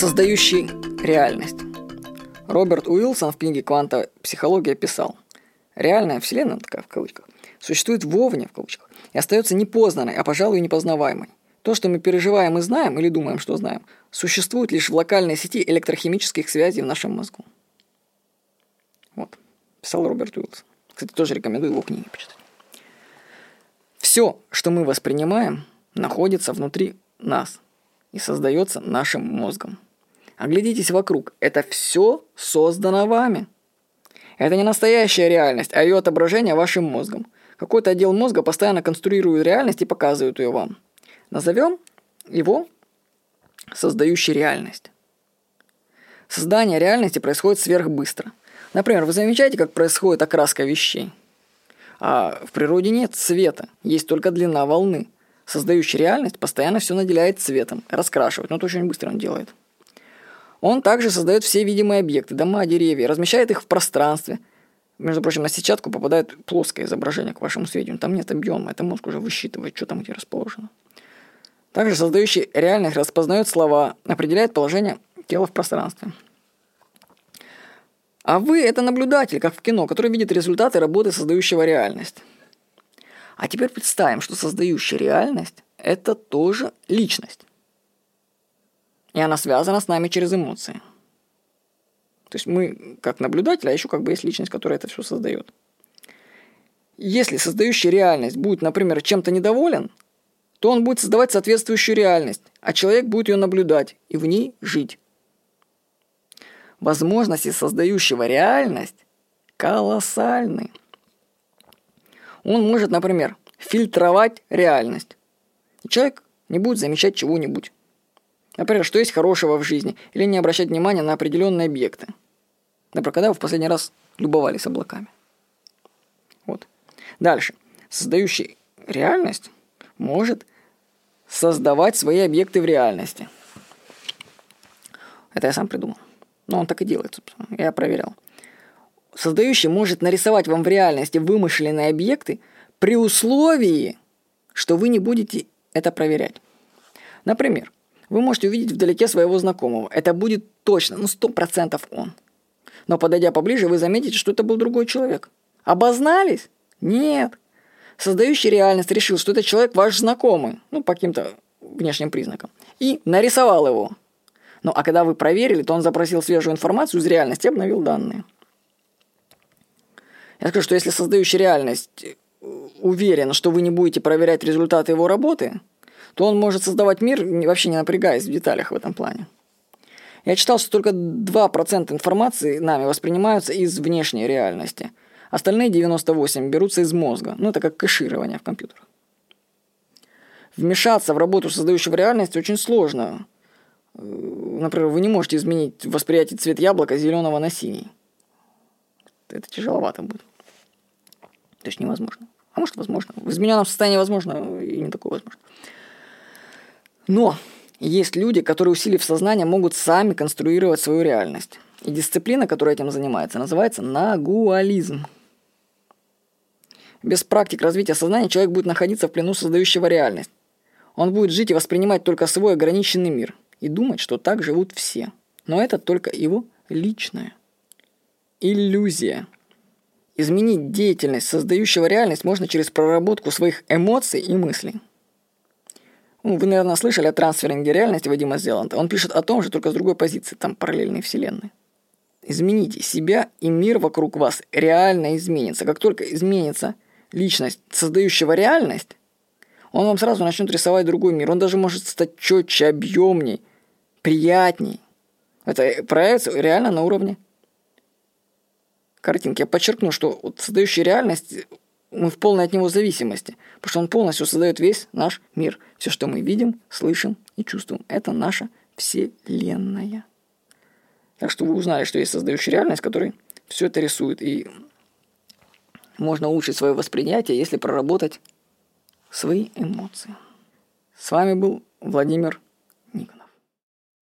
Создающий реальность. Роберт Уилсон в книге «Квантовая психология» писал: реальная вселенная, такая в кавычках, существует вовне, в кавычках, и остается непознанной, а пожалуй непознаваемой. То, что мы переживаем и знаем, или думаем, что знаем, существует лишь в локальной сети электрохимических связей в нашем мозгу. Вот, писал Роберт Уилсон. Кстати, тоже рекомендую его книги почитать. Все, что мы воспринимаем, находится внутри нас и создается нашим мозгом. Оглядитесь вокруг, это все создано вами. Это не настоящая реальность, а ее отображение вашим мозгом. Какой-то отдел мозга постоянно конструирует реальность и показывает ее вам. Назовем его создающий реальность. Создание реальности происходит сверхбыстро. Например, вы замечаете, как происходит окраска вещей? А в природе нет цвета, есть только длина волны. Создающий реальность постоянно все наделяет цветом, раскрашивает, но это очень быстро он делает. Он также создает все видимые объекты, дома, деревья, размещает их в пространстве. Между прочим, на сетчатку попадает плоское изображение, к вашему сведению. Там нет объема, это мозг уже высчитывает, что там где расположено. Также создающий реальность распознает слова, определяет положение тела в пространстве. А вы – это наблюдатель, как в кино, который видит результаты работы создающего реальность. А теперь представим, что создающая реальность – это тоже личность. И она связана с нами через эмоции. То есть мы как наблюдатель, а еще как бы есть личность, которая это все создает. Если создающая реальность будет, например, чем-то недоволен, то он будет создавать соответствующую реальность, а человек будет ее наблюдать и в ней жить. Возможности создающего реальность колоссальны. Он может, например, фильтровать реальность. И человек не будет замечать чего-нибудь. Например, что есть хорошего в жизни, или не обращать внимания на определенные объекты. Например, когда вы в последний раз любовались облаками. Вот. Дальше. Создающий реальность может создавать свои объекты в реальности. Это я сам придумал. Но он так и делает, собственно. Я проверял. Создающий может нарисовать вам в реальности вымышленные объекты при условии, что вы не будете это проверять. Например, вы можете увидеть вдалеке своего знакомого. Это будет точно, 100% он. Но подойдя поближе, вы заметите, что это был другой человек. Обознались? Нет. Создающий реальность решил, что это человек ваш знакомый, по каким-то внешним признакам, и нарисовал его. Ну, а когда вы проверили, то он запросил свежую информацию из реальности и обновил данные. Я скажу, что если создающий реальность уверен, что вы не будете проверять результаты его работы, то он может создавать мир, вообще не напрягаясь в деталях в этом плане. Я читал, что только 2% информации нами воспринимаются из внешней реальности. Остальные 98% берутся из мозга. Это как кэширование в компьютерах. Вмешаться в работу создающего реальность очень сложно. Например, вы не можете изменить восприятие цвет яблока с зеленого на синий. Это тяжеловато будет. То есть невозможно. А может, возможно. В измененном состоянии возможно, и не такое возможно. Но есть люди, которые, усилив сознание, могут сами конструировать свою реальность. И дисциплина, которая этим занимается, называется нагуализм. Без практик развития сознания человек будет находиться в плену создающего реальность. Он будет жить и воспринимать только свой ограниченный мир. И думать, что так живут все. Но это только его личная иллюзия. Изменить деятельность создающего реальность можно через проработку своих эмоций и мыслей. Вы, наверное, слышали о трансферинге реальности Вадима Зеланда. Он пишет о том же, только с другой позиции, там параллельные вселенные. Измените себя, и мир вокруг вас реально изменится. Как только изменится личность создающего реальность, он вам сразу начнет рисовать другой мир. Он даже может стать четче, объемней, приятней. Это проявится реально на уровне картинки. Я подчеркну, что создающий реальность, мы в полной от него зависимости, потому что он полностью создает весь наш мир. Все, что мы видим, слышим и чувствуем, это наша вселенная. Так что вы узнали, что есть создающий реальность, который все это рисует. И можно улучшить свое восприятие, если проработать свои эмоции. С вами был Владимир